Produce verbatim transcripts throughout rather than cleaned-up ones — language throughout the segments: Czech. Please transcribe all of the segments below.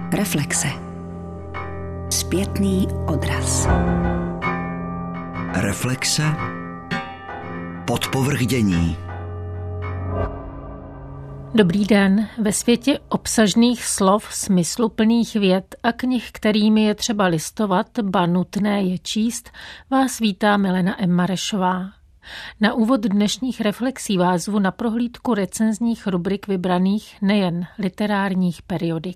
Reflexe. Zpětný odraz. Reflexe. Podpovrchdění. Dobrý den. Ve světě obsažných slov, smysluplných vět a knih, kterými je třeba listovat, ba nutné je číst, vás vítá Milena M. Marešová. Na úvod dnešních reflexí vás zvu na prohlídku recenzních rubrik vybraných nejen literárních periodik.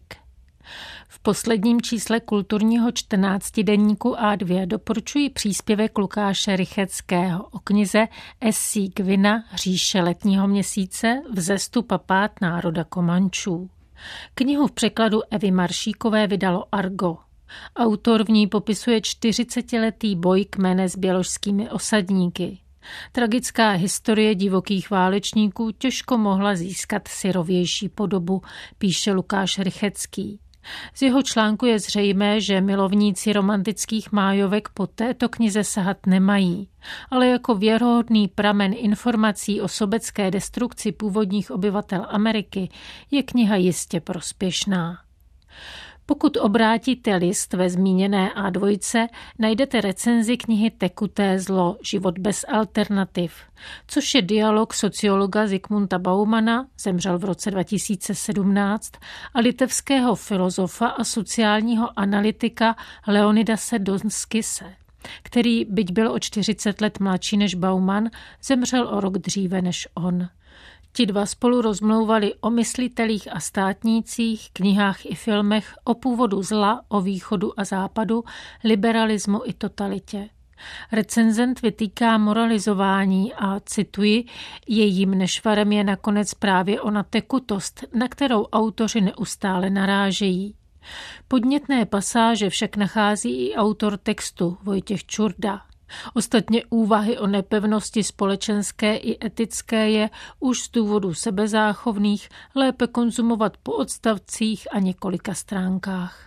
V posledním čísle kulturního čtrnáctidenníku á dva doporučuji příspěvek Lukáše Rycheckého o knize Essie Gwynna Říše letního měsíce, vzestup a pád národa Komančů. Knihu v překladu Evy Maršíkové vydalo Argo. Autor v ní popisuje čtyřicetiletý boj kmene s běložskými osadníky. Tragická historie divokých válečníků těžko mohla získat syrovější podobu, píše Lukáš Rychecký. Z jeho článku je zřejmé, že milovníci romantických májovek po této knize sahat nemají, ale jako věrohodný pramen informací o sobecké destrukci původních obyvatel Ameriky je kniha jistě prospěšná. Pokud obrátíte list ve zmíněné á dva, najdete recenzi knihy Tekuté zlo, život bez alternativ, což je dialog sociologa Zikmunda Baumana, zemřel v roce dva tisíce sedmnáct, a litevského filozofa a sociálního analytika Leonidase Donskise, který, byť byl o čtyřicet let mladší než Bauman, zemřel o rok dříve než on. Ti dva spolu rozmlouvali o myslitelích a státnících, knihách i filmech, o původu zla, o východu a západu, liberalismu i totalitě. Recenzent vytýká moralizování a, cituji, jejím nešvarem je nakonec právě ona tekutost, na kterou autoři neustále narážejí. Podnětné pasáže však nachází i autor textu Vojtěch Čurda. Ostatně úvahy o nepevnosti společenské i etické je už z důvodu sebezáchovných lépe konzumovat po odstavcích a několika stránkách.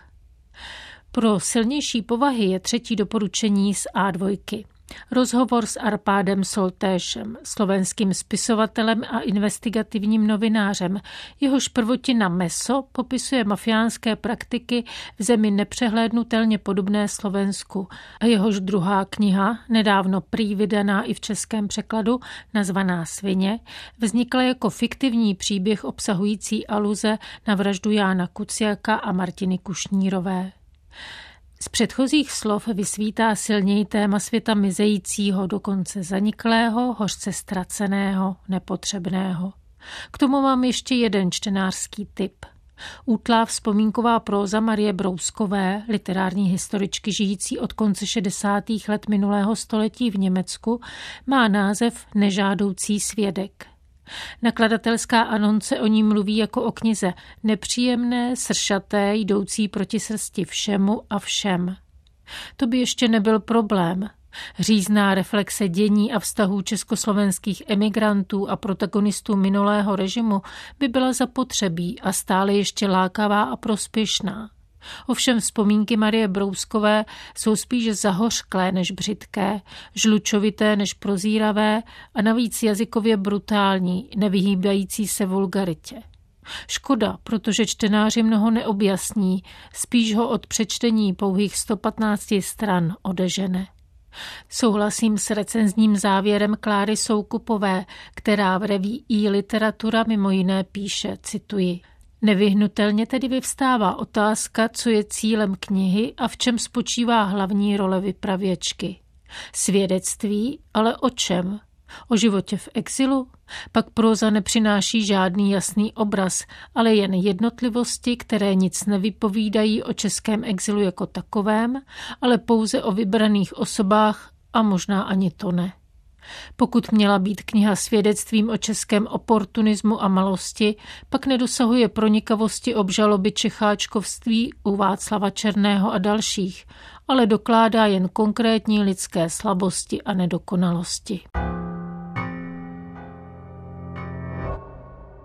Pro silnější povahy je třetí doporučení z á dva. Rozhovor s Arpádem Soltéšem, slovenským spisovatelem a investigativním novinářem. Jehož prvotina Meso popisuje mafiánské praktiky v zemi nepřehlédnutelně podobné Slovensku a jehož druhá kniha, nedávno prý vydaná i v českém překladu, nazvaná Svině, vznikla jako fiktivní příběh obsahující aluze na vraždu Jána Kuciaka a Martiny Kušnírové. Z předchozích slov vysvítá silněji téma světa mizejícího, dokonce zaniklého, hořce ztraceného, nepotřebného. K tomu mám ještě jeden čtenářský tip. Útlá vzpomínková próza Marie Brouskové, literární historičky žijící od konce šedesátých let minulého století v Německu, má název Nežádoucí svědek. Nakladatelská anonce o ní mluví jako o knize nepříjemné, sršaté, jdoucí proti srsti všemu a všem. To by ještě nebyl problém. Řízná reflexe dění a vztahů československých emigrantů a protagonistů minulého režimu by byla zapotřebí a stále ještě lákavá a prospěšná. Ovšem vzpomínky Marie Brouskové jsou spíš zahořklé než břitké, žlučovité než prozíravé a navíc jazykově brutální, nevyhýbající se vulgaritě. Škoda, protože čtenáři mnoho neobjasní, spíš ho od přečtení pouhých sto patnáct stran odežene. Souhlasím s recenzním závěrem Kláry Soukupové, která v reví iLiteratura mimo jiné píše, cituji: Nevyhnutelně tedy vyvstává otázka, co je cílem knihy a v čem spočívá hlavní role vypravěčky. Svědectví, ale o čem? O životě v exilu? Pak próza nepřináší žádný jasný obraz, ale jen jednotlivosti, které nic nevypovídají o českém exilu jako takovém, ale pouze o vybraných osobách a možná ani to ne. Pokud měla být kniha svědectvím o českém oportunismu a malosti, pak nedosahuje pronikavosti obžaloby čecháčkovství u Václava Černého a dalších, ale dokládá jen konkrétní lidské slabosti a nedokonalosti.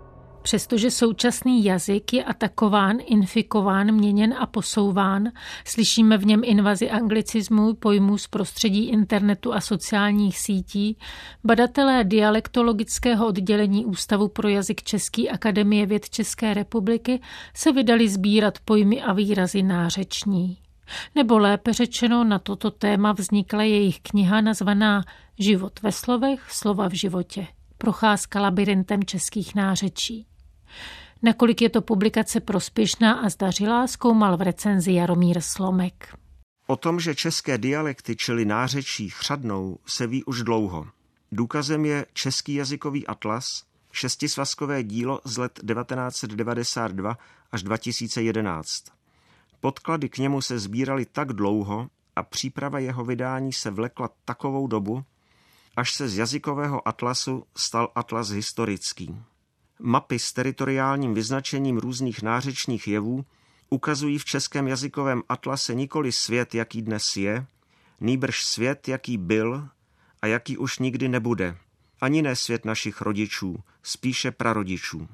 Přestože současný jazyk je atakován, infikován, měněn a posouván, slyšíme v něm invazi anglicismů, pojmů z prostředí internetu a sociálních sítí, badatelé dialektologického oddělení Ústavu pro jazyk český Akademie věd České republiky se vydali sbírat pojmy a výrazy nářeční. Nebo lépe řečeno, na toto téma vznikla jejich kniha nazvaná Život ve slovech, slova v životě. Procházka labirintem českých nářečí. Nakolik je to publikace prospěšná a zdařilá, zkoumal v recenzi Jaromír Slomek. O tom, že české dialekty, čili nářečí, chřadnou, se ví už dlouho. Důkazem je Český jazykový atlas, šestisvazkové dílo z let devatenáct set devadesát dva až dva tisíce jedenáct. Podklady k němu se sbíraly tak dlouho a příprava jeho vydání se vlekla takovou dobu, až se z jazykového atlasu stal atlas historický. Mapy s teritoriálním vyznačením různých nářečních jevů ukazují v českém jazykovém atlase nikoli svět, jaký dnes je, nýbrž svět, jaký byl a jaký už nikdy nebude, ani ne svět našich rodičů, spíše prarodičů.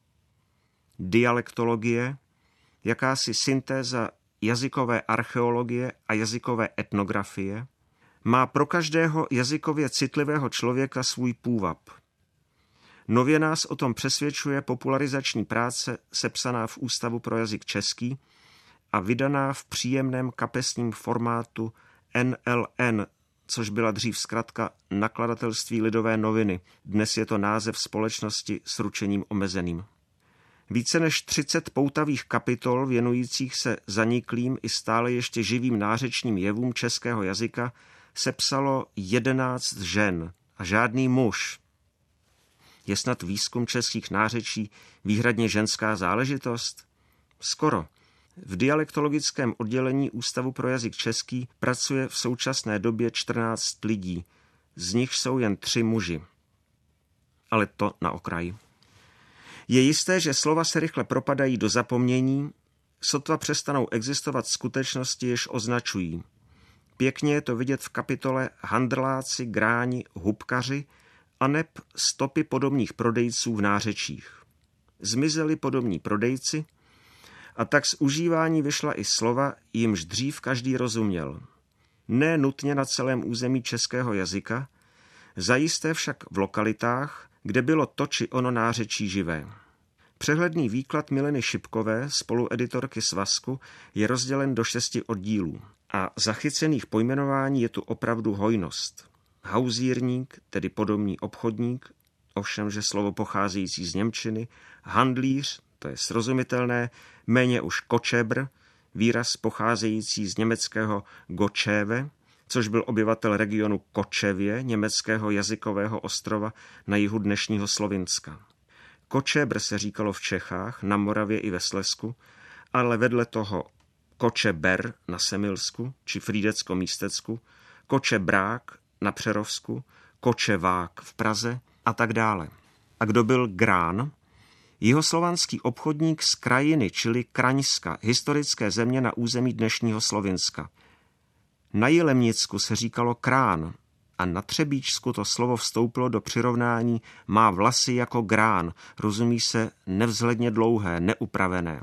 Dialektologie, jakási syntéza jazykové archeologie a jazykové etnografie, má pro každého jazykově citlivého člověka svůj půvab. Nově nás o tom přesvědčuje popularizační práce sepsaná v Ústavu pro jazyk český a vydaná v příjemném kapesním formátu N L N, což byla dřív zkratka Nakladatelství Lidové noviny. Dnes je to název společnosti s ručením omezeným. Více než třicet poutavých kapitol věnujících se zaniklým i stále ještě živým nářečním jevům českého jazyka sepsalo jedenáct žen a žádný muž. Je snad výzkum českých nářečí výhradně ženská záležitost? Skoro. V dialektologickém oddělení Ústavu pro jazyk český pracuje v současné době čtrnáct lidí, z nich jsou jen tři muži. Ale to na okraji. Je jisté, že slova se rychle propadají do zapomnění, sotva přestanou existovat skutečnosti, jež označují. Pěkně je to vidět v kapitole Handrláci, Gráni, Hubkaři aneb stopy podobných prodejců v nářečích. Zmizeli podobní prodejci a tak z užívání vyšla i slova, jimž dřív každý rozuměl. Ne nutně na celém území českého jazyka, zajisté však v lokalitách, kde bylo to či ono nářečí živé. Přehledný výklad Mileny Šipkové, spolueditorky Svazku, je rozdělen do šesti oddílů a zachycených pojmenování je tu opravdu hojnost. Hauzírník, tedy podomní obchodník, ovšem, že slovo pocházející z němčiny, handlíř, to je srozumitelné, méně už kočebr, výraz pocházející z německého Gočéve, což byl obyvatel regionu Kočevě, německého jazykového ostrova na jihu dnešního Slovinska. Kočebr se říkalo v Čechách, na Moravě i ve Slezsku, ale vedle toho Kočeber na Semilsku či Frýdecko-Místecku, Kočebrák na Přerovsku, Kočevák v Praze a tak dále. A kdo byl Grán? Jihoslovanský obchodník z krajiny, čili Kraňska, historické země na území dnešního Slovinska. Na Jilemnicku se říkalo Krán a na Třebíčsku to slovo vstoupilo do přirovnání má vlasy jako grán, rozumí se nevzhledně dlouhé, neupravené.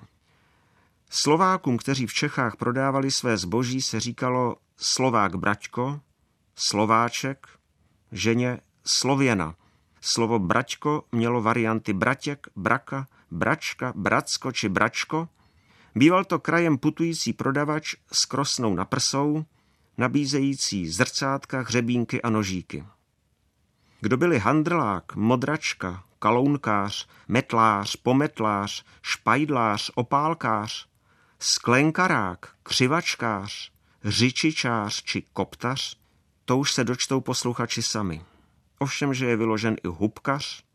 Slovákům, kteří v Čechách prodávali své zboží, se říkalo Slovák braťko, Slováček, ženě Slověna. Slovo braťko mělo varianty bratěk, braka, bračka, bracko či bračko. Býval to krajem putující prodavač s krosnou na prsou, nabízející zrcátka, hřebínky a nožíky. Kdo byli handrlák, modračka, kalounkář, metlář, pometlář, špajdlář, opálkář, sklenkarák, křivačkář, řičičář či koptař, to už se dočtou posluchači sami. Ovšem, že je vyložen i hubkař,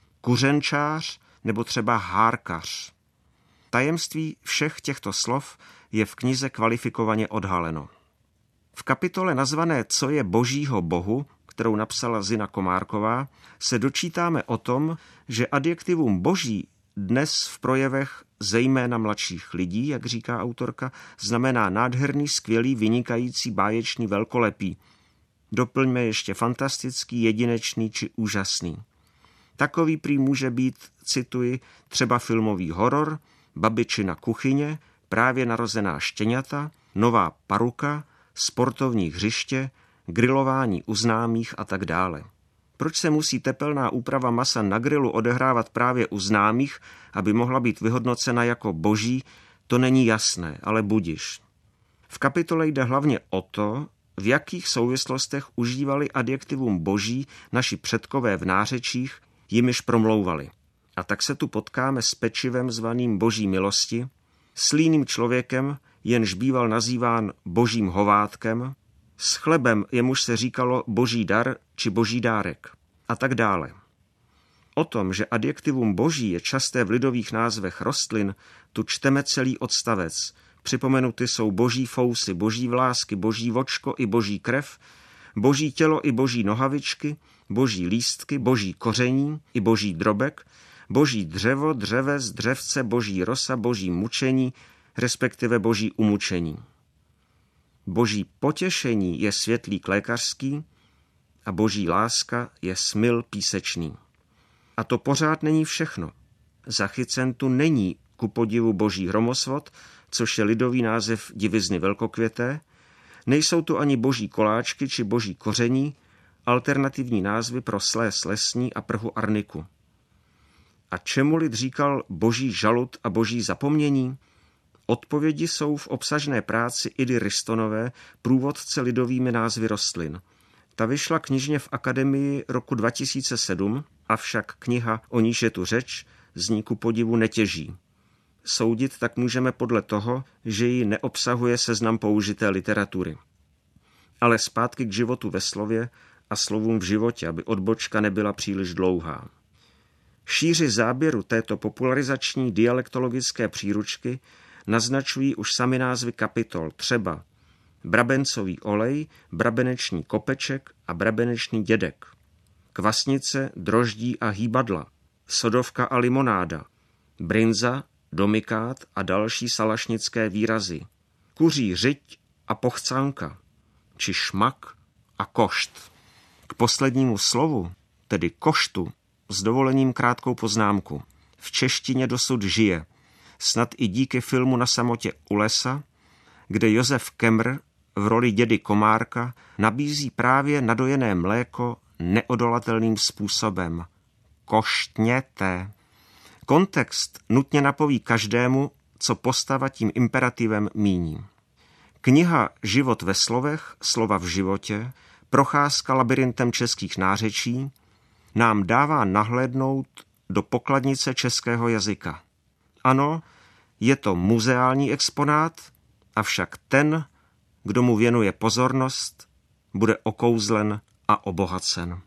kuřenčář nebo třeba hárkař. Tajemství všech těchto slov je v knize kvalifikovaně odhaleno. V kapitole nazvané Co je božího bohu, kterou napsala Zina Komárková, se dočítáme o tom, že adjektivum boží dnes v projevech zejména mladších lidí, jak říká autorka, znamená nádherný, skvělý, vynikající, báječný, velkolepý. Doplňme ještě fantastický, jedinečný či úžasný. Takový prý může být, cituji, třeba filmový horor, Babičina kuchyně, právě narozená štěňata, nová paruka, sportovní hřiště, grilování u známých a tak dále. Proč se musí tepelná úprava masa na grilu odehrávat právě u známých, aby mohla být vyhodnocena jako boží, to není jasné, ale budiš. V kapitole jde hlavně o to, v jakých souvislostech užívali adjektivum boží naši předkové v nářečích, jimiž promlouvali. A tak se tu potkáme s pečivem zvaným boží milosti, s líným člověkem, jenž býval nazýván božím hovátkem, s chlebem, jemuž se říkalo boží dar či boží dárek a tak dále. O tom, že adjektivum boží je časté v lidových názvech rostlin, tu čteme celý odstavec. Připomenuty jsou boží fousy, boží vlásky, boží vočko i boží krev, boží tělo i boží nohavičky, boží lístky, boží koření i boží drobek, boží dřevo, dřeves, dřevce, boží rosa, boží mučení, respektive boží umučení. Boží potěšení je světlík lékařský a boží láska je smyl písečný. A to pořád není všechno. Zachycen tu není ku podivu boží hromosvod, což je lidový název divizny velkokvěté, nejsou tu ani boží koláčky či boží koření, alternativní názvy pro slés lesní a prhu arniku. A čemu lid říkal boží žalud a boží zapomnění? Odpovědi jsou v obsažné práci Idy Ristonové, průvodce lidovými názvy rostlin. Ta vyšla knižně v Akademii roku dva tisíce sedm, avšak kniha, o níž je tu řeč, z ní ku podivu netěží. Soudit tak můžeme podle toho, že ji neobsahuje seznam použité literatury. Ale zpátky k životu ve slově a slovům v životě, aby odbočka nebyla příliš dlouhá. Šíři záběru této popularizační dialektologické příručky naznačují už sami názvy kapitol, třeba brabencový olej, brabeneční kopeček a brabenečný dědek, kvasnice, droždí a hýbadla, sodovka a limonáda, brinza, domikát a další salašnické výrazy, kuří řiď a pochcánka, či šmak a košt. K poslednímu slovu, tedy koštu, s dovolením krátkou poznámku. V češtině dosud žije, snad i díky filmu Na samotě u lesa, kde Josef Kemr v roli dědy Komárka nabízí právě nadojené mléko neodolatelným způsobem. Koštněte. Kontext nutně napoví každému, co postava tím imperativem míní. Kniha Život ve slovech, slova v životě, procházka labirintem českých nářečí, nám dává nahlédnout do pokladnice českého jazyka. Ano, je to muzeální exponát, avšak ten, kdo mu věnuje pozornost, bude okouzlen a obohacen.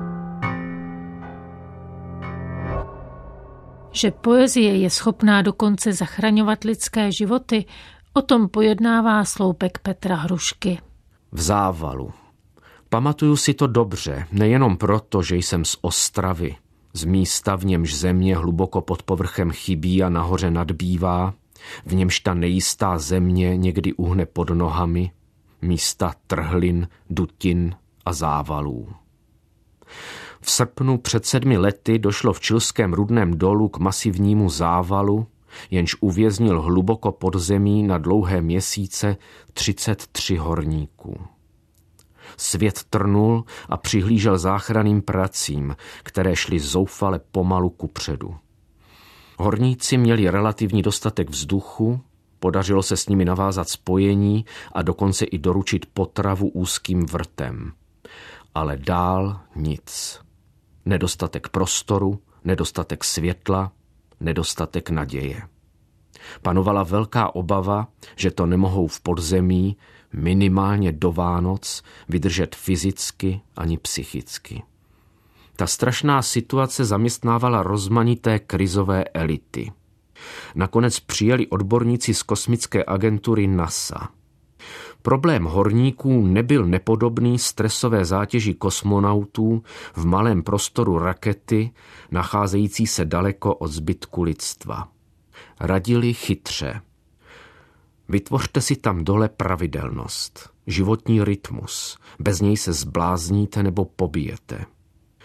Že poezie je schopná dokonce zachraňovat lidské životy, o tom pojednává sloupek Petra Hrušky. V závalu. Pamatuju si to dobře, nejenom proto, že jsem z Ostravy, z místa, v němž země hluboko pod povrchem chybí a nahoře nadbývá, v němž ta nejistá země někdy uhne pod nohami, místa trhlin, dutin a závalů. V srpnu před sedmi lety došlo v chilském rudném dolu k masivnímu závalu, jenž uvěznil hluboko pod zemí na dlouhé měsíce třicet tři horníků. Svět trnul a přihlížel záchranným pracím, které šly zoufale pomalu kupředu. Horníci měli relativní dostatek vzduchu, podařilo se s nimi navázat spojení a dokonce i doručit potravu úzkým vrtem. Ale dál nic. Nedostatek prostoru, nedostatek světla, nedostatek naděje. Panovala velká obava, že to nemohou v podzemí minimálně do Vánoc vydržet fyzicky ani psychicky. Ta strašná situace zaměstnávala rozmanité krizové elity. Nakonec přijeli odborníci z kosmické agentury NASA. Problém horníků nebyl nepodobný stresové zátěži kosmonautů v malém prostoru rakety, nacházející se daleko od zbytku lidstva. Radili chytře. Vytvořte si tam dole pravidelnost, životní rytmus, bez něj se zblázníte nebo pobijete.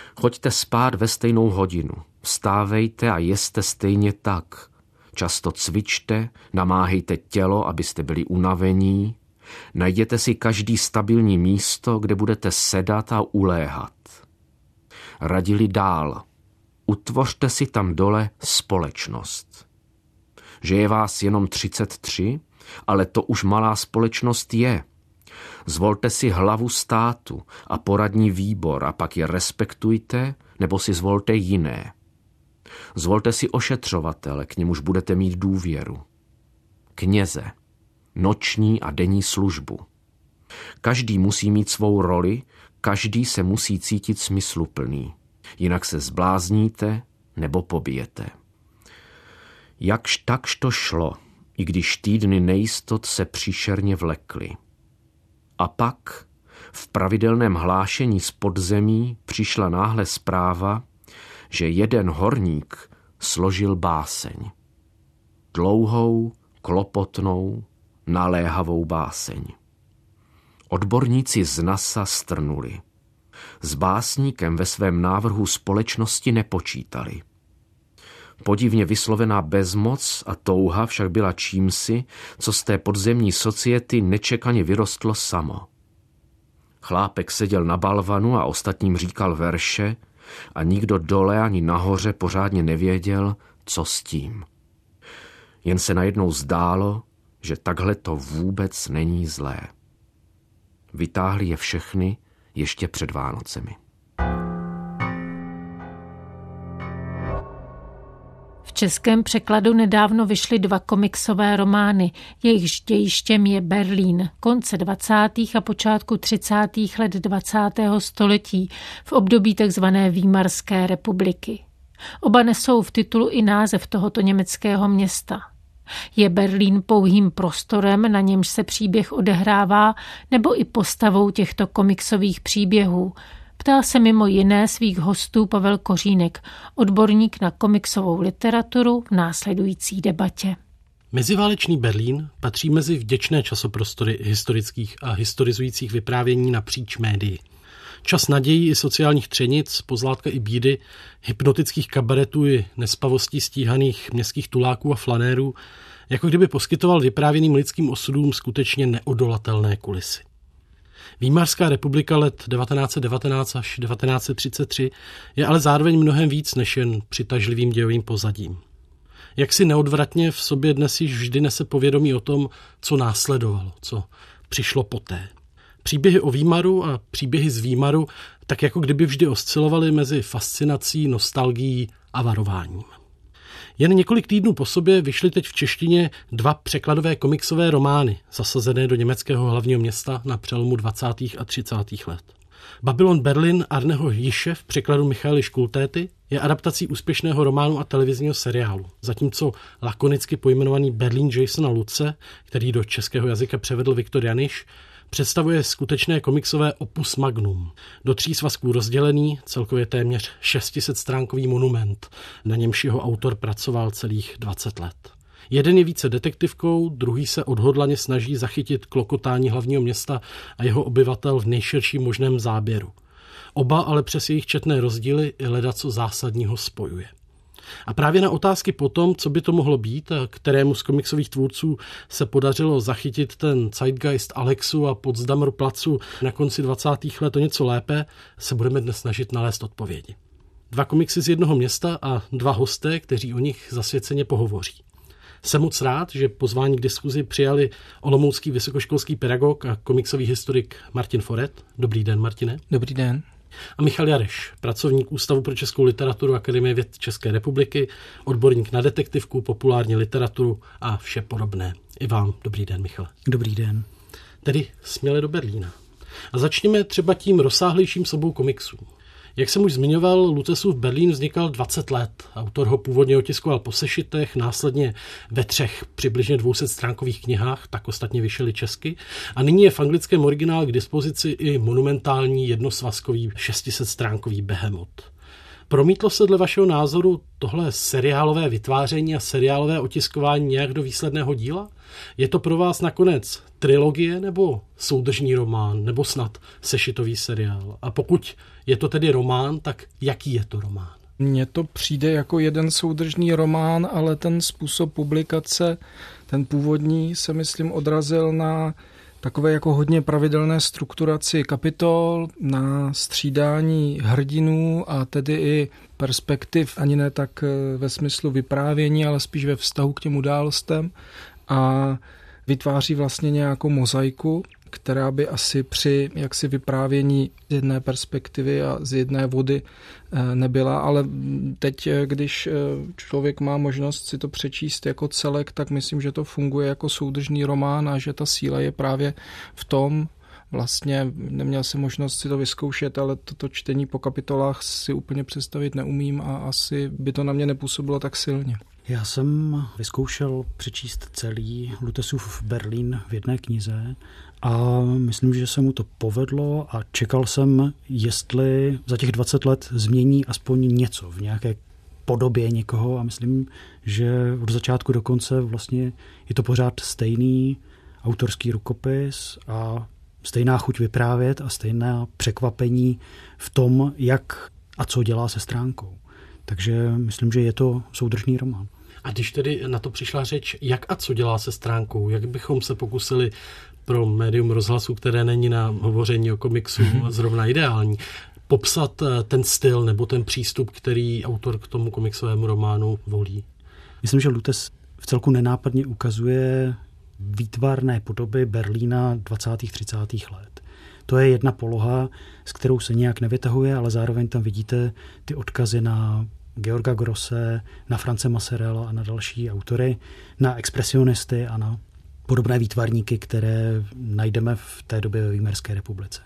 Choďte spát ve stejnou hodinu, vstávejte a jeste stejně tak. Často cvičte, namáhejte tělo, abyste byli unavení. Najděte si každý stabilní místo, kde budete sedat a uléhat. Radili dál. Utvořte si tam dole společnost. Že je vás jenom třicet tři, ale to už malá společnost je. Zvolte si hlavu státu a poradní výbor a pak je respektujte, nebo si zvolte jiné. Zvolte si ošetřovatele, k němuž budete mít důvěru. Kněze, noční a denní službu. Každý musí mít svou roli, každý se musí cítit smysluplný. Jinak se zblázníte nebo pobijete. Jakž takž to šlo, i když týdny nejistot se příšerně vlekly. A pak v pravidelném hlášení z podzemí přišla náhle zpráva, že jeden horník složil báseň. Dlouhou, klopotnou, naléhavou báseň. Odborníci z NASA strnuli. S básníkem ve svém návrhu společnosti nepočítali. Podivně vyslovená bezmoc a touha však byla čímsi, co z té podzemní society nečekaně vyrostlo samo. Chlápek seděl na balvanu a ostatním říkal verše a nikdo dole ani nahoře pořádně nevěděl, co s tím. Jen se najednou zdálo, že takhle to vůbec není zlé. Vytáhli je všechny ještě před Vánocemi. V českém překladu nedávno vyšly dva komiksové romány, jejichž dějištěm je Berlín, konce dvacátých a počátku třicátých let dvacátého století, v období tzv. Výmarské republiky. Oba nesou v titulu i název tohoto německého města. Je Berlín pouhým prostorem, na němž se příběh odehrává, nebo i postavou těchto komiksových příběhů? Ptal se mimo jiné svých hostů Pavel Kořínek, odborník na komiksovou literaturu, v následující debatě. Meziválečný Berlín patří mezi vděčné časoprostory historických a historizujících vyprávění napříč médii. Čas nadějí i sociálních třenic, pozlátka i bídy, hypnotických kabaretů i nespavostí stíhaných městských tuláků a flanérů, jako kdyby poskytoval vyprávěným lidským osudům skutečně neodolatelné kulisy. Výmarská republika let devatenáct set devatenáct až devatenáct set třicet tři je ale zároveň mnohem víc než jen přitažlivým dějovým pozadím. Jak si neodvratně v sobě dnes již vždy nese povědomí o tom, co následovalo, co přišlo poté. Příběhy o Výmaru a příběhy z Výmaru tak jako kdyby vždy oscilovaly mezi fascinací, nostalgií a varováním. Jen několik týdnů po sobě vyšly teď v češtině dva překladové komiksové romány, zasazené do německého hlavního města na přelomu dvacátých a třicátých let. Babylon Berlin Arneho Jiše v překladu Michaely Škultéty je adaptací úspěšného románu a televizního seriálu, zatímco lakonicky pojmenovaný Berlín Jasona Luce, který do českého jazyka převedl Viktor Janiš, představuje skutečné komiksové opus magnum. Do tří svazků rozdělený, celkově téměř šestisetstránkový monument, na němž jeho autor pracoval celých dvacet let. Jeden je více detektivkou, druhý se odhodlaně snaží zachytit klokotání hlavního města a jeho obyvatel v nejširším možném záběru. Oba ale přes jejich četné rozdíly i ledaco zásadního spojuje. A právě na otázky po tom, co by to mohlo být a kterému z komiksových tvůrců se podařilo zachytit ten Zeitgeist Alexu a Potsdamer placu na konci dvacátých let o něco lépe, se budeme dnes snažit nalézt odpovědi. Dva komiksy z jednoho města a dva hosté, kteří o nich zasvěceně pohovoří. Jsem moc rád, že pozvání k diskuzi přijali olomoucký vysokoškolský pedagog a komiksový historik Martin Foret. Dobrý den, Martine. Dobrý den. A Michal Jareš, pracovník Ústavu pro českou literaturu Akademie věd České republiky, odborník na detektivku, populární literaturu a vše podobné. I vám dobrý den, Michale. Dobrý den. Tedy směle do Berlína. A začněme třeba tím rozsáhlejším sobou komiksů. Jak jsem už zmiňoval, Lucesův Berlín vznikal dvacet let. Autor ho původně otiskoval po sešitech, následně ve třech přibližně dvousetstránkových knihách, tak ostatně vyšly česky. A nyní je v anglickém originálu k dispozici i monumentální jednosvazkový šestisetstránkový behemot. Promítlo se dle vašeho názoru tohle seriálové vytváření a seriálové otiskování nějak do výsledného díla? Je to pro vás nakonec trilogie nebo soudržný román, nebo snad sešitový seriál? A pokud je to tedy román, tak jaký je to román? Mně to přijde jako jeden soudržný román, ale ten způsob publikace, ten původní, se myslím odrazil na takové jako hodně pravidelné strukturaci kapitol, na střídání hrdinů a tedy i perspektiv, ani ne tak ve smyslu vyprávění, ale spíš ve vztahu k těm událostem, a vytváří vlastně nějakou mozaiku, která by asi při jaksi vyprávění z jedné perspektivy a z jedné vody nebyla, ale teď, když člověk má možnost si to přečíst jako celek, tak myslím, že to funguje jako soudržný román a že ta síla je právě v tom, vlastně neměl jsem možnost si to vyzkoušet, ale toto čtení po kapitolách si úplně představit neumím a asi by to na mě nepůsobilo tak silně. Já jsem vyzkoušel přečíst celý Lutesův Berlín v jedné knize a myslím, že se mu to povedlo a čekal jsem, jestli za těch dvacet let změní aspoň něco v nějaké podobě někoho a myslím, že od začátku do konce vlastně je to pořád stejný autorský rukopis a stejná chuť vyprávět a stejné překvapení v tom, jak a co dělá se stránkou. Takže myslím, že je to soudržný román. A když tedy na to přišla řeč, jak a co dělá se stránkou, jak bychom se pokusili pro médium rozhlasu, které není na hovoření o komiksu zrovna ideální, popsat ten styl nebo ten přístup, který autor k tomu komiksovému románu volí? Myslím, že Lutes v celku nenápadně ukazuje výtvarné podoby Berlína dvacátých třicátých let. To je jedna poloha, s kterou se nějak nevytahuje, ale zároveň tam vidíte ty odkazy na Georga Grosse, na France Masserella a na další autory, na expresionisty a na podobné výtvarníky, které najdeme v té době ve Výmarské republice.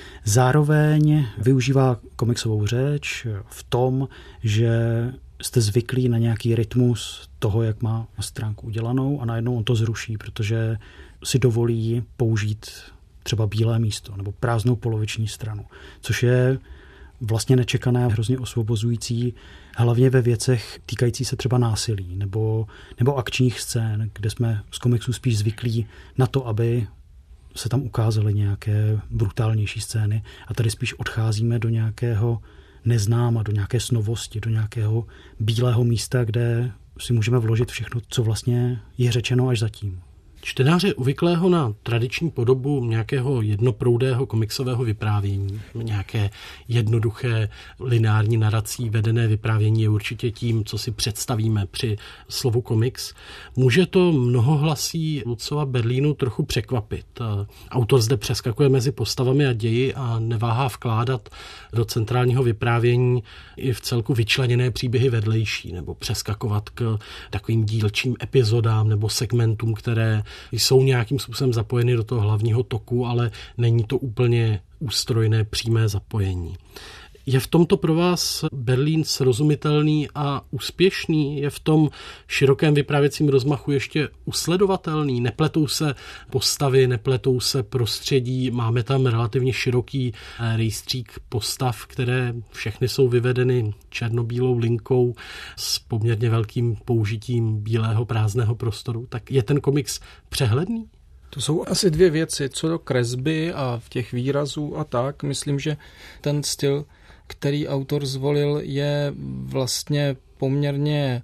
Zároveň využívá komiksovou řeč v tom, že jste zvyklí na nějaký rytmus toho, jak má stránku udělanou a najednou on to zruší, protože si dovolí použít třeba bílé místo nebo prázdnou poloviční stranu, což je vlastně nečekané, hrozně osvobozující, hlavně ve věcech týkající se třeba násilí nebo, nebo akčních scén, kde jsme z komiksu spíš zvyklí na to, aby se tam ukázaly nějaké brutálnější scény a tady spíš odcházíme do nějakého neznáma, do nějaké snovosti, do nějakého bílého místa, kde si můžeme vložit všechno, co vlastně je řečeno až zatím. Čtenáře uvyklého na tradiční podobu nějakého jednoproudého komiksového vyprávění, nějaké jednoduché lineární narací vedené vyprávění je určitě tím, co si představíme při slovu komiks. Může to mnohohlasí Lutesova Berlínu trochu překvapit. Autor zde přeskakuje mezi postavami a ději a neváhá vkládat do centrálního vyprávění i v celku vyčleněné příběhy vedlejší nebo přeskakovat k takovým dílčím epizodám nebo segmentům, které jsou nějakým způsobem zapojeny do toho hlavního toku, ale není to úplně ústrojné přímé zapojení. Je v tomto pro vás Berlín srozumitelný a úspěšný? Je v tom širokém vyprávěcím rozmachu ještě usledovatelný? Nepletou se postavy, nepletou se prostředí, máme tam relativně široký rejstřík postav, které všechny jsou vyvedeny černobílou linkou s poměrně velkým použitím bílého prázdného prostoru. Tak je ten komiks přehledný? To jsou asi dvě věci, co do kresby a v těch výrazů a tak. Myslím, že ten styl, který autor zvolil, je vlastně poměrně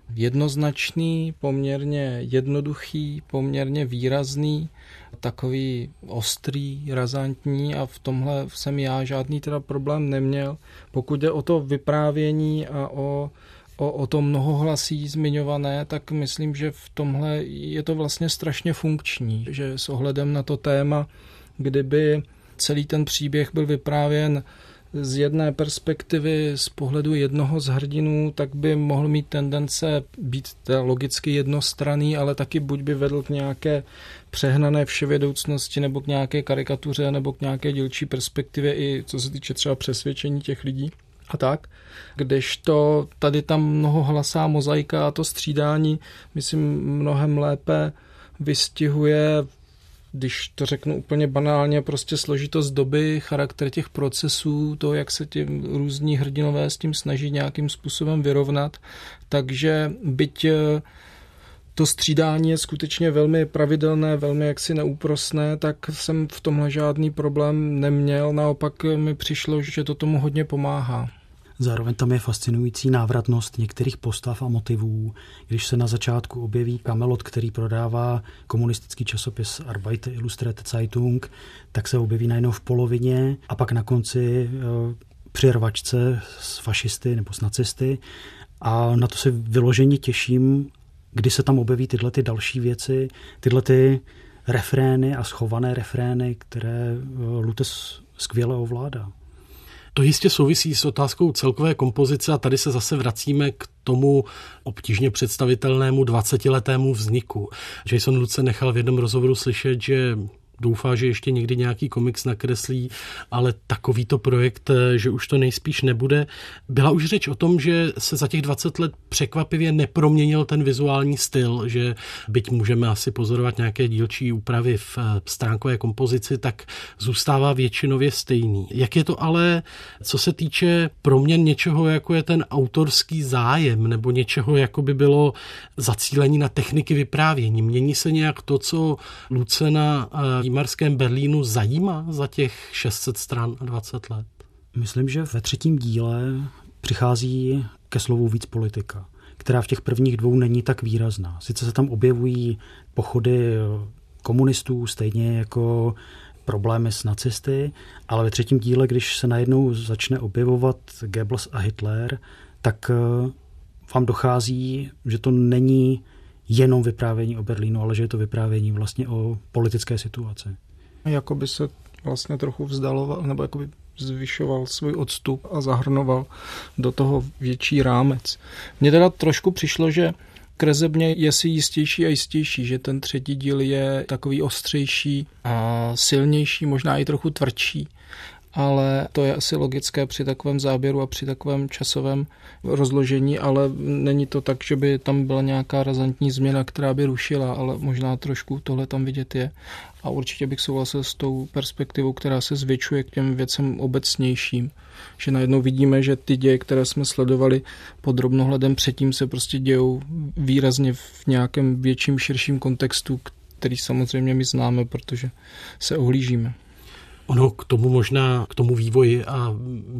jednoznačný, poměrně jednoduchý, poměrně výrazný, takový ostrý, razantní a v tomhle jsem já žádný teda problém neměl. Pokud jde o to vyprávění a o, o, o to mnohohlasí zmiňované, tak myslím, že v tomhle je to vlastně strašně funkční, že s ohledem na to téma, kdyby celý ten příběh byl vyprávěn z jedné perspektivy, z pohledu jednoho z hrdinů, tak by mohl mít tendence být logicky jednostranný, ale taky buď by vedl k nějaké přehnané vševědoucnosti nebo k nějaké karikatuře nebo k nějaké dílčí perspektivě i co se týče třeba přesvědčení těch lidí a tak. Kdežto tady tam mnohohlasá mozaika a to střídání, myslím, mnohem lépe vystihuje Když to řeknu úplně banálně, prostě složitost doby, charakter těch procesů, to, jak se ti různí hrdinové s tím snaží nějakým způsobem vyrovnat. Takže byť to střídání je skutečně velmi pravidelné, velmi jaksi neúprosné, tak jsem v tomhle žádný problém neměl. Naopak mi přišlo, že to tomu hodně pomáhá. Zároveň tam je fascinující návratnost některých postav a motivů. Když se na začátku objeví Kamelot, který prodává komunistický časopis Arbeiter Illustrierte Zeitung, tak se objeví najednou v polovině a pak na konci při rvačce s fašisty nebo s nacisty. A na to se vyloženě těším, kdy se tam objeví tyhle ty další věci, tyhle ty refrény a schované refrény, které Lutes skvěle ovládá. To jistě souvisí s otázkou celkové kompozice a tady se zase vracíme k tomu obtížně představitelnému dvacetiletému vzniku. Jason Lutz nechal v jednom rozhovoru slyšet, že doufá, že ještě někdy nějaký komiks nakreslí, ale takovýto projekt, že už to nejspíš nebude. Byla už řeč o tom, že se za těch dvacet let překvapivě neproměnil ten vizuální styl, že byť můžeme asi pozorovat nějaké dílčí úpravy v stránkové kompozici, tak zůstává většinově stejný. Jak je to ale, co se týče proměn něčeho, jako je ten autorský zájem, nebo něčeho, jako by bylo zacílení na techniky vyprávění? Mění se nějak to, co Lutze na výmarském Berlínu zajímá za těch šest set stran a dvacet let? Myslím, že ve třetím díle přichází ke slovu víc politika, která v těch prvních dvou není tak výrazná. Sice se tam objevují pochody komunistů, stejně jako problémy s nacisty, ale ve třetím díle, když se najednou začne objevovat Goebbels a Hitler, tak vám dochází, že to není jenom vyprávění o Berlínu, ale že je to vyprávění vlastně o politické situaci. Jakoby se vlastně trochu vzdaloval, nebo jakoby zvyšoval svůj odstup a zahrnoval do toho větší rámec. Mně teda trošku přišlo, že Kresebně je si jistější a jistější, že ten třetí díl je takový ostřejší a silnější, možná i trochu tvrdší. Ale to je asi logické při takovém záběru a při takovém časovém rozložení, ale není to tak, že by tam byla nějaká razantní změna, která by rušila, ale možná trošku tohle tam vidět je. A určitě bych souhlasil s tou perspektivou, která se zvětšuje k těm věcem obecnějším. Že najednou vidíme, že ty děje, které jsme sledovali pod drobnohledem předtím, se prostě dějou výrazně v nějakém větším, širším kontextu, který samozřejmě my známe, protože se ohlížíme. Ono k tomu možná, k tomu vývoji a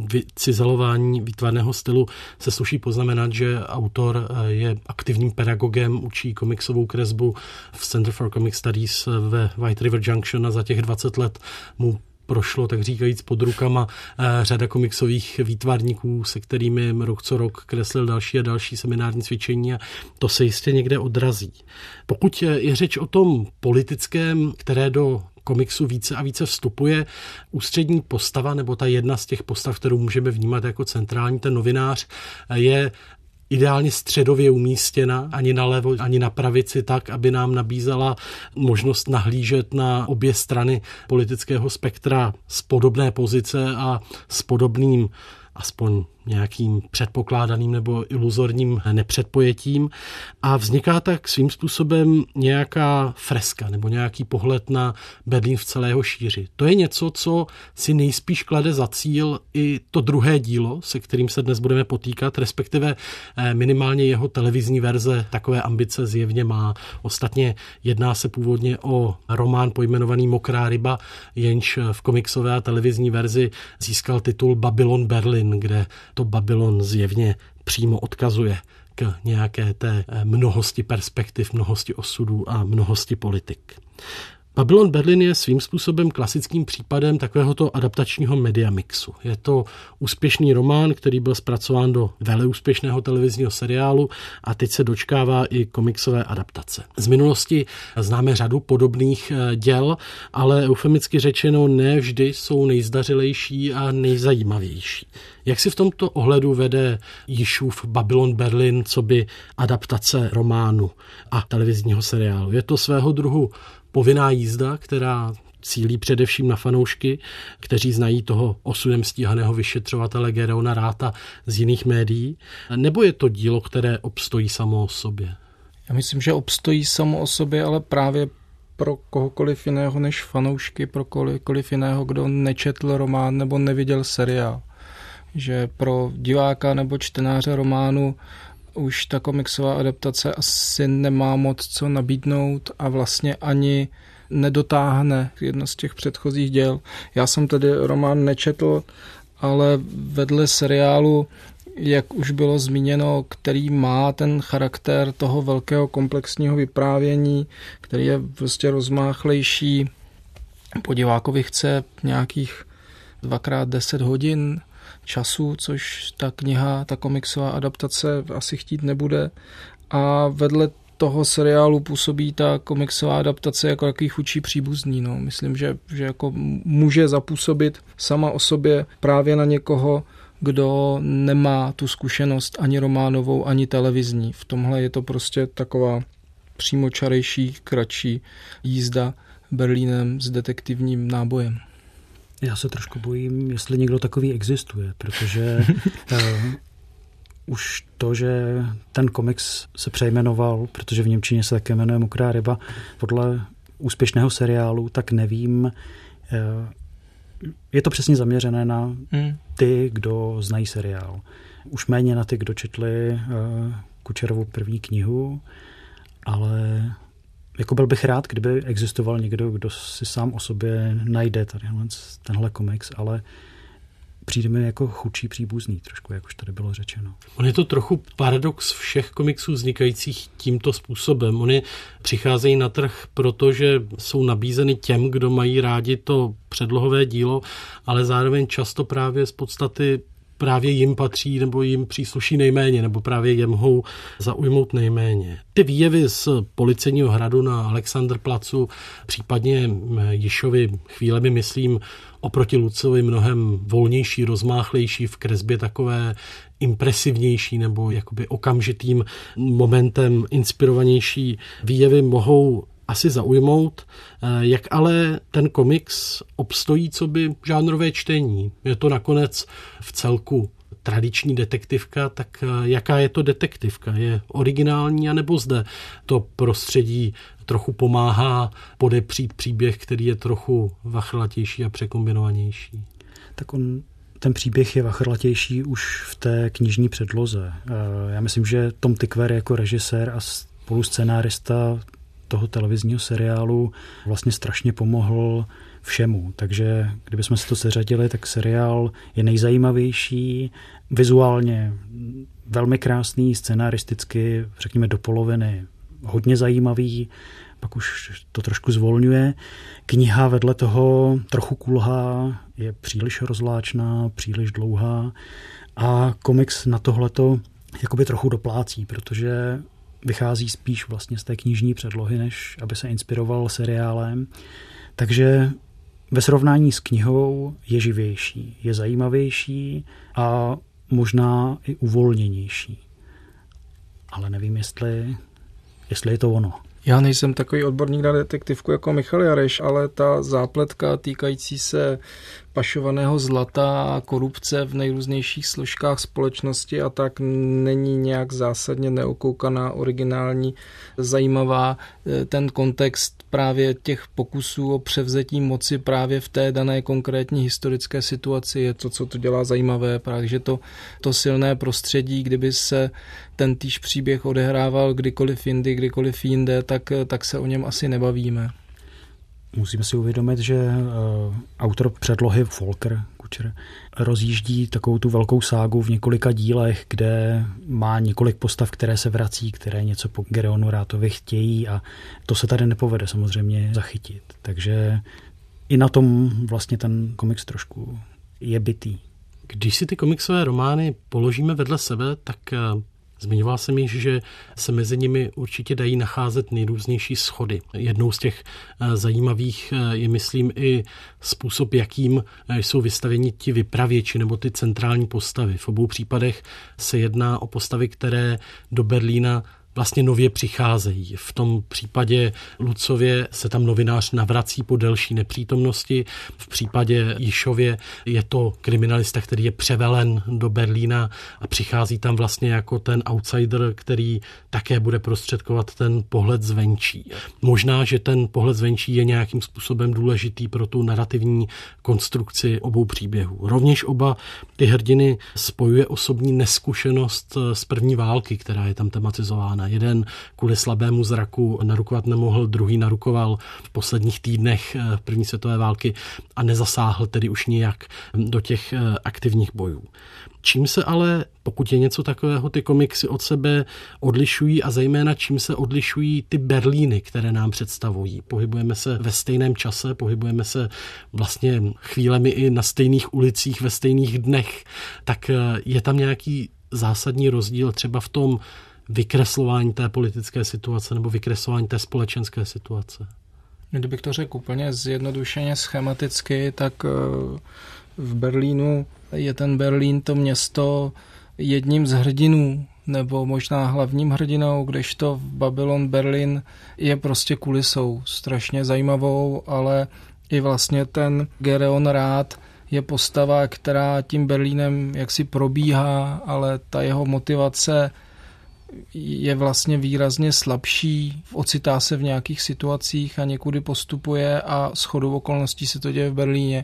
cizelování výtvarného stylu se sluší poznamenat, že autor je aktivním pedagogem, učí komiksovou kresbu v Center for Comic Studies ve White River Junction a za těch dvacet let mu prošlo, tak říkajíc, pod rukama řada komiksových výtvarníků, se kterými rok co rok kreslil další a další seminární cvičení a to se jistě někde odrazí. Pokud je řeč o tom politickém, které do komiksu více a více vstupuje, ústřední postava, nebo ta jedna z těch postav, kterou můžeme vnímat jako centrální, ten novinář, je ideálně středově umístěna, ani nalevo, ani na pravici, tak, aby nám nabízela možnost nahlížet na obě strany politického spektra z podobné pozice a s podobným aspoň nějakým předpokládaným nebo iluzorním nepředpojetím a vzniká tak svým způsobem nějaká freska nebo nějaký pohled na Berlín v celé jeho šíři. To je něco, co si nejspíš klade za cíl i to druhé dílo, se kterým se dnes budeme potýkat, respektive minimálně jeho televizní verze takové ambice zjevně má. Ostatně jedná se původně o román pojmenovaný Mokrá ryba, jenž v komiksové a televizní verzi získal titul Babylon Berlin, kde to Babylon zjevně přímo odkazuje k nějaké té mnohosti perspektiv, mnohosti osudů a mnohosti politik. Babylon Berlin je svým způsobem klasickým případem takovéhoto adaptačního mediamixu. Je to úspěšný román, který byl zpracován do veleúspěšného televizního seriálu a teď se dočkává i komiksové adaptace. Z minulosti známe řadu podobných děl, ale eufemicky řečeno ne vždy jsou nejzdařilejší a nejzajímavější. Jak si v tomto ohledu vede Jišův Babylon Berlin coby adaptace románu a televizního seriálu? Je to svého druhu povinná jízda, která cílí především na fanoušky, kteří znají toho osudem stíhaného vyšetřovatele Gedeona Ratha z jiných médií, nebo je to dílo, které obstojí samo o sobě? Já myslím, že obstojí samo o sobě, ale právě pro kohokoliv jiného než fanoušky, pro kohokoliv jiného, kdo nečetl román nebo neviděl seriál. Že pro diváka nebo čtenáře románu už ta komiksová adaptace asi nemá moc co nabídnout a vlastně ani nedotáhne jedno z těch předchozích děl. Já jsem tedy román nečetl, ale vedle seriálu, jak už bylo zmíněno, který má ten charakter toho velkého komplexního vyprávění, který je prostě rozmáchlejší. Po divákovi chce nějakých dvakrát deset hodin času, což ta kniha, ta komiksová adaptace asi chtít nebude. A vedle toho seriálu působí ta komiksová adaptace jako takový chudší příbuzný. No. Myslím, že, že jako může zapůsobit sama o sobě právě na někoho, kdo nemá tu zkušenost ani románovou, ani televizní. V tomhle je to prostě taková přímočarejší, kratší jízda Berlínem s detektivním nábojem. Já se trošku bojím, jestli někdo takový existuje, protože uh, už to, že ten komiks se přejmenoval, protože v němčině se také jmenuje Mokrá ryba, podle úspěšného seriálu, tak nevím. Uh, je to přesně zaměřené na ty, kdo znají seriál. Už méně na ty, kdo četli uh, Kučerovu první knihu, ale jako byl bych rád, kdyby existoval někdo, kdo si sám o sobě najde tadyhle, tenhle komiks, ale přijde mi jako chudší příbuzný trošku, jak už tady bylo řečeno. On je to trochu paradox všech komiksů vznikajících tímto způsobem. Oni přicházejí na trh, protože jsou nabízeny těm, kdo mají rádi to předlohové dílo, ale zároveň často právě z podstaty právě jim patří nebo jim přísluší nejméně, nebo právě je mohou zaujmout nejméně. Ty výjevy z Policejního hradu na Alexanderplacu, případně Jišovi chvílemi, myslím, oproti Lucovi mnohem volnější, rozmáchlejší, v kresbě takové impresivnější nebo jakoby okamžitým momentem inspirovanější výjevy mohou asi zaujmout, jak ale ten komiks obstojí coby žánrové čtení. Je to nakonec v celku tradiční detektivka, tak jaká je to detektivka? Je originální, anebo zde to prostředí trochu pomáhá podepřít příběh, který je trochu vachrlatější a překombinovanější? Tak on, ten příběh je vachrlatější už v té knižní předloze. Já myslím, že Tom Tykwer jako režisér a spoluscenárista toho televizního seriálu vlastně strašně pomohl všemu. Takže kdybychom si to seřadili, tak seriál je nejzajímavější, vizuálně velmi krásný, scenaristicky, řekněme do poloviny hodně zajímavý, pak už to trošku zvolňuje. Kniha vedle toho trochu kulhá, je příliš rozvláčná, příliš dlouhá a komiks na tohleto jakoby trochu doplácí, protože vychází spíš vlastně z té knižní předlohy, než aby se inspiroval seriálem. Takže ve srovnání s knihou je živější, je zajímavější a možná i uvolněnější. Ale nevím, jestli, jestli je to ono. Já nejsem takový odborník na detektivku jako Michal Jareš, ale ta zápletka týkající se pašovaného zlata a korupce v nejrůznějších složkách společnosti a tak není nějak zásadně neokoukaná, originální, zajímavá. Ten kontext právě těch pokusů o převzetí moci právě v té dané konkrétní historické situaci je to, co to dělá zajímavé. Takže to, to silné prostředí, kdyby se ten týž příběh odehrával kdykoliv jindy, kdykoliv jinde, tak, tak se o něm asi nebavíme. Musíme si uvědomit, že uh, autor předlohy Volker Kučer rozjíždí takovou tu velkou ságu v několika dílech, kde má několik postav, které se vrací, které něco po Gedeonu Rátovi chtějí a to se tady nepovede samozřejmě zachytit. Takže i na tom vlastně ten komiks trošku je bitý. Když si ty komiksové romány položíme vedle sebe, tak zmiňoval jsem již, že se mezi nimi určitě dají nacházet nejrůznější schody. Jednou z těch zajímavých je, myslím, i způsob, jakým jsou vystavěni ti vypravěči nebo ty centrální postavy. V obou případech se jedná o postavy, které do Berlína vlastně nově přicházejí. V tom případě Lucově se tam novinář navrací po delší nepřítomnosti. V případě Jišově je to kriminalista, který je převelen do Berlína a přichází tam vlastně jako ten outsider, který také bude prostředkovat ten pohled zvenčí. Možná, že ten pohled zvenčí je nějakým způsobem důležitý pro tu narrativní konstrukci obou příběhů. Rovněž oba ty hrdiny spojuje osobní neskušenost z první války, která je tam tematizována. Jeden kvůli slabému zraku narukovat nemohl, druhý narukoval v posledních týdnech první světové války a nezasáhl tedy už nijak do těch aktivních bojů. Čím se ale, pokud je něco takového, ty komiksy od sebe odlišují a zejména čím se odlišují ty Berlíny, které nám představují. Pohybujeme se ve stejném čase, pohybujeme se vlastně chvílemi i na stejných ulicích ve stejných dnech, tak je tam nějaký zásadní rozdíl třeba v tom vykreslování té politické situace nebo vykreslování té společenské situace. Kdybych to řekl úplně zjednodušeně schematicky, tak v Berlínu je ten Berlín, to město, jedním z hrdinů, nebo možná hlavním hrdinou, kdežto v Babylon Berlin je prostě kulisou strašně zajímavou, ale i vlastně ten Gereon Rath je postava, která tím Berlínem jaksi probíhá, ale ta jeho motivace je vlastně výrazně slabší, ocitá se v nějakých situacích a někudy postupuje a shodou okolností se to děje v Berlíně.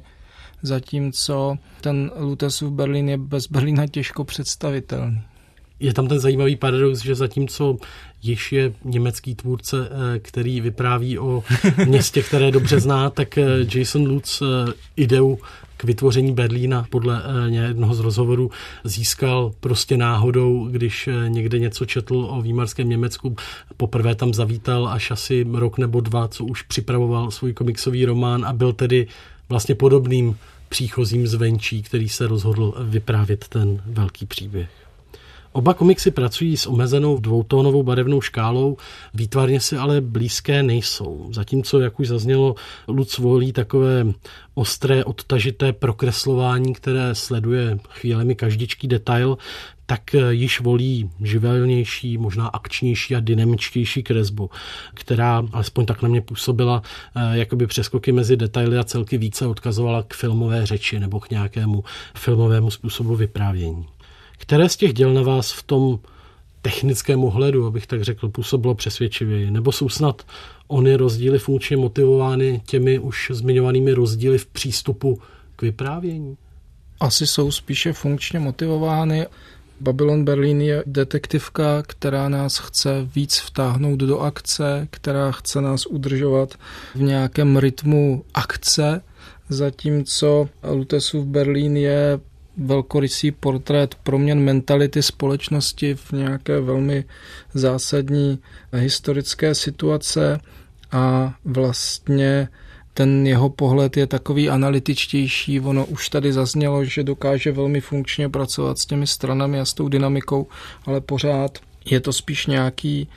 Zatímco ten Lutesův Berlín je bez Berlína těžko představitelný. Je tam ten zajímavý paradox, že zatímco již je německý tvůrce, který vypráví o městě, které dobře zná, tak Jason Lutz ideu k vytvoření Berlína podle jednoho z rozhovorů získal prostě náhodou, když někde něco četl o výmarském Německu. Poprvé tam zavítal až asi rok nebo dva, co už připravoval svůj komiksový román a byl tedy vlastně podobným příchozím zvenčí, který se rozhodl vyprávět ten velký příběh. Oba komiksy pracují s omezenou dvoutónovou barevnou škálou, výtvarně si ale blízké nejsou. Zatímco, jak už zaznělo, Lutz volí takové ostré, odtažité prokreslování, které sleduje chvílemi každičký detail, tak již volí živelnější, možná akčnější a dynamičtější kresbu, která alespoň tak na mě působila, jakoby přeskoky mezi detaily a celky více odkazovala k filmové řeči nebo k nějakému filmovému způsobu vyprávění. Které z těch děl na vás v tom technickém ohledu, abych tak řekl, působilo přesvědčivěji? Nebo jsou snad ony rozdíly funkčně motivovány těmi už zmiňovanými rozdíly v přístupu k vyprávění? Asi jsou spíše funkčně motivovány. Babylon Berlin je detektivka, která nás chce víc vtáhnout do akce, která chce nás udržovat v nějakém rytmu akce, zatímco Lutesův Berlín je velkorysý portrét proměn mentality společnosti v nějaké velmi zásadní historické situace a vlastně ten jeho pohled je takový analytičtější. Ono už tady zaznělo, že dokáže velmi funkčně pracovat s těmi stranami a s tou dynamikou, ale pořád je to spíš nějaký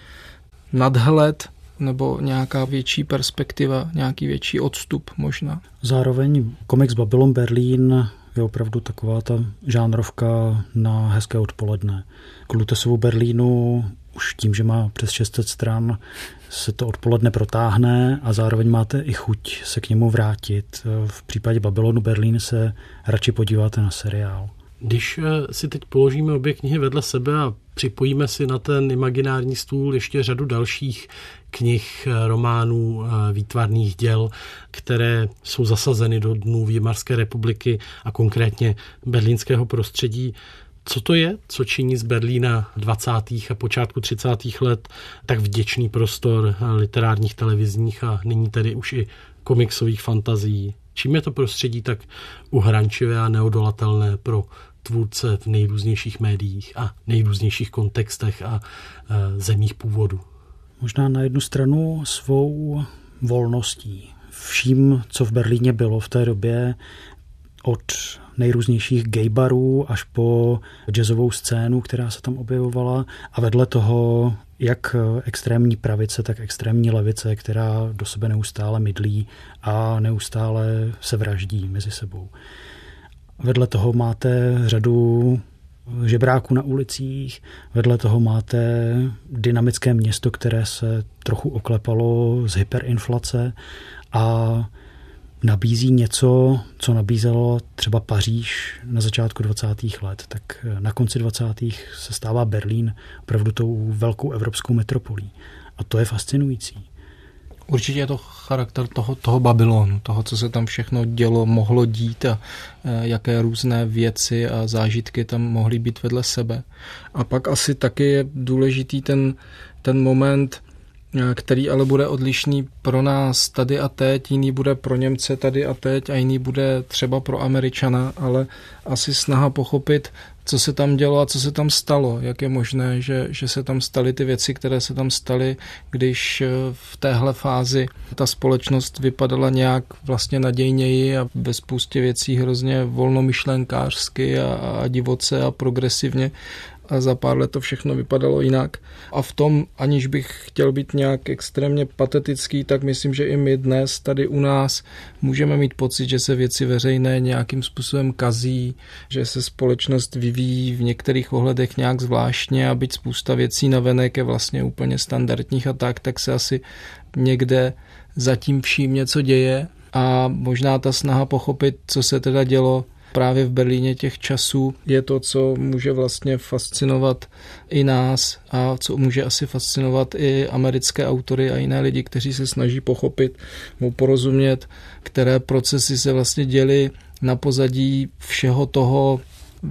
nadhled nebo nějaká větší perspektiva, nějaký větší odstup možná. Zároveň komiks Babylon Berlin je opravdu taková ta žánrovka na hezké odpoledne. K Lutesovu Berlínu už tím, že má přes šest set stran, se to odpoledne protáhne a zároveň máte i chuť se k němu vrátit. V případě Babylonu Berlín se radši podíváte na seriál. Když si teď položíme obě knihy vedle sebe a připojíme si na ten imaginární stůl ještě řadu dalších knih, románů, výtvarných děl, které jsou zasazeny do dnů Výmarské republiky a konkrétně berlínského prostředí, co to je, co činí z Berlína dvacátých a počátku třicátých let tak vděčný prostor literárních, televizních a nyní tedy už i komiksových fantazií? Čím je to prostředí tak uhrančivé a neodolatelné pro tvůrce v nejrůznějších médiích a nejrůznějších kontextech a e, zemích původu? Možná na jednu stranu svou volností. Vším, co v Berlíně bylo v té době, od nejrůznějších gaybarů až po jazzovou scénu, která se tam objevovala a vedle toho jak extrémní pravice, tak extrémní levice, která do sebe neustále mydlí a neustále se vraždí mezi sebou. Vedle toho máte řadu žebráků na ulicích, vedle toho máte dynamické město, které se trochu oklepalo z hyperinflace a nabízí něco, co nabízelo třeba Paříž na začátku dvacátých let, tak na konci dvacátých se stává Berlín opravdu tou velkou evropskou metropolí. A to je fascinující. Určitě je to charakter toho, toho Babylonu, toho, co se tam všechno dělo, mohlo dít a e, jaké různé věci a zážitky tam mohly být vedle sebe. A pak asi taky je důležitý ten, ten moment, který ale bude odlišný pro nás tady a teď, jiný bude pro Němce tady a teď a jiný bude třeba pro Američana, ale asi snaha pochopit, co se tam dělo a co se tam stalo. Jak je možné, že, že se tam staly ty věci, které se tam staly, když v téhle fázi ta společnost vypadala nějak vlastně nadějněji a ve spoustě věcí hrozně volnomyšlenkářsky a, a divoce a progresivně. A za pár let to všechno vypadalo jinak. A v tom, aniž bych chtěl být nějak extrémně patetický, tak myslím, že i my dnes tady u nás můžeme mít pocit, že se věci veřejné nějakým způsobem kazí, že se společnost vyvíjí v některých ohledech nějak zvláštně a byť spousta věcí navenek je vlastně úplně standardních a tak, tak se asi někde zatím vším něco děje a možná ta snaha pochopit, co se teda dělo právě v Berlíně těch časů, je to, co může vlastně fascinovat i nás a co může asi fascinovat i americké autory a jiné lidi, kteří se snaží pochopit, mu porozumět, které procesy se vlastně děly na pozadí všeho toho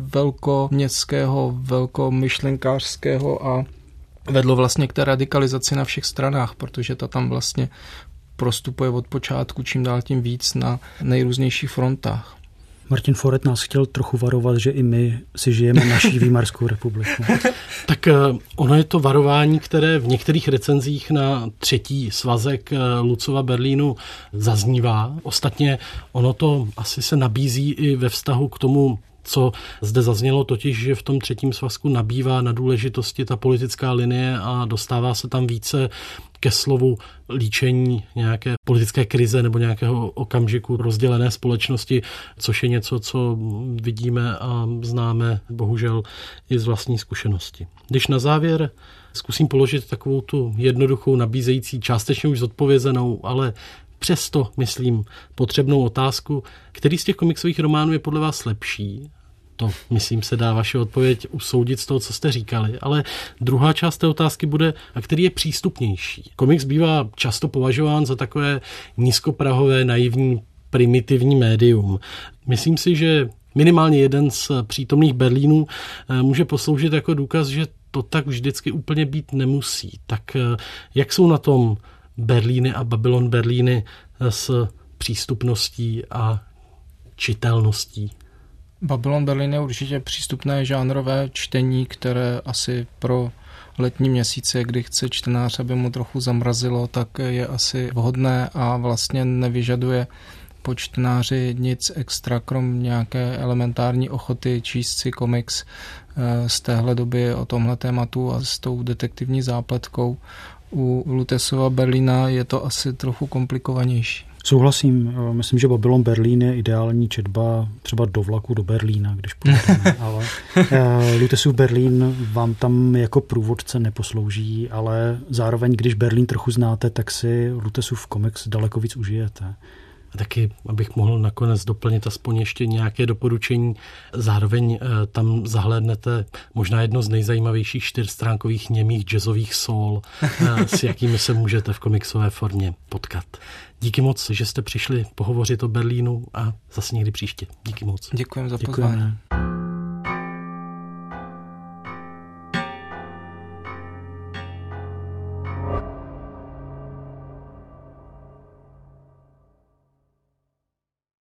velkoměstského, velkomyšlenkářského a vedlo vlastně k té radikalizaci na všech stranách, protože ta tam vlastně prostupuje od počátku čím dál tím víc na nejrůznějších frontách. Martin Foret nás chtěl trochu varovat, že i my si žijeme naší Výmarskou republiku. Tak ono je to varování, které v některých recenzích na třetí svazek Lucova Berlínu zaznívá. Ostatně ono to asi se nabízí i ve vztahu k tomu, co zde zaznělo, totiž, že v tom třetím svazku nabývá na důležitosti ta politická linie a dostává se tam více ke slovu líčení nějaké politické krize nebo nějakého okamžiku rozdělené společnosti, což je něco, co vidíme a známe bohužel i z vlastní zkušenosti. Když na závěr zkusím položit takovou tu jednoduchou, nabízející, částečně už zodpovězenou, ale přesto, myslím, potřebnou otázku, který z těch komiksových románů je podle vás lepší? To, myslím, se dá vaše odpověď usoudit z toho, co jste říkali, ale druhá část té otázky bude, a který je přístupnější. Komiks bývá často považován za takové nízkoprahové, naivní, primitivní médium. Myslím si, že minimálně jeden z přítomných Berlínů může posloužit jako důkaz, že to tak vždycky úplně být nemusí. Tak jak jsou na tom Berlíny a Babylon Berlíny s přístupností a čitelností? Babylon Berlin je určitě přístupné žánrové čtení, které asi pro letní měsíce, kdy chce čtenář, aby mu trochu zamrazilo, tak je asi vhodné a vlastně nevyžaduje po čtenáři nic extra, krom nějaké elementární ochoty číst si komiks z téhle doby o tomhle tématu a s tou detektivní zápletkou. U Lutesova Berlína je to asi trochu komplikovanější. Souhlasím, myslím, že Babylon Berlín je ideální četba třeba do vlaku do Berlína, když půjdeme, ale Lutesův Berlín vám tam jako průvodce neposlouží, ale zároveň, když Berlín trochu znáte, tak si Lutesův komiks daleko víc užijete. A taky, abych mohl nakonec doplnit aspoň ještě nějaké doporučení, zároveň tam zahlédnete možná jedno z nejzajímavějších čtyřstránkových němých jazzových soul, s jakými se můžete v komiksové formě potkat. Díky moc, že jste přišli pohovořit o Berlínu a zase někdy příště. Díky moc. Děkujeme za pozvání.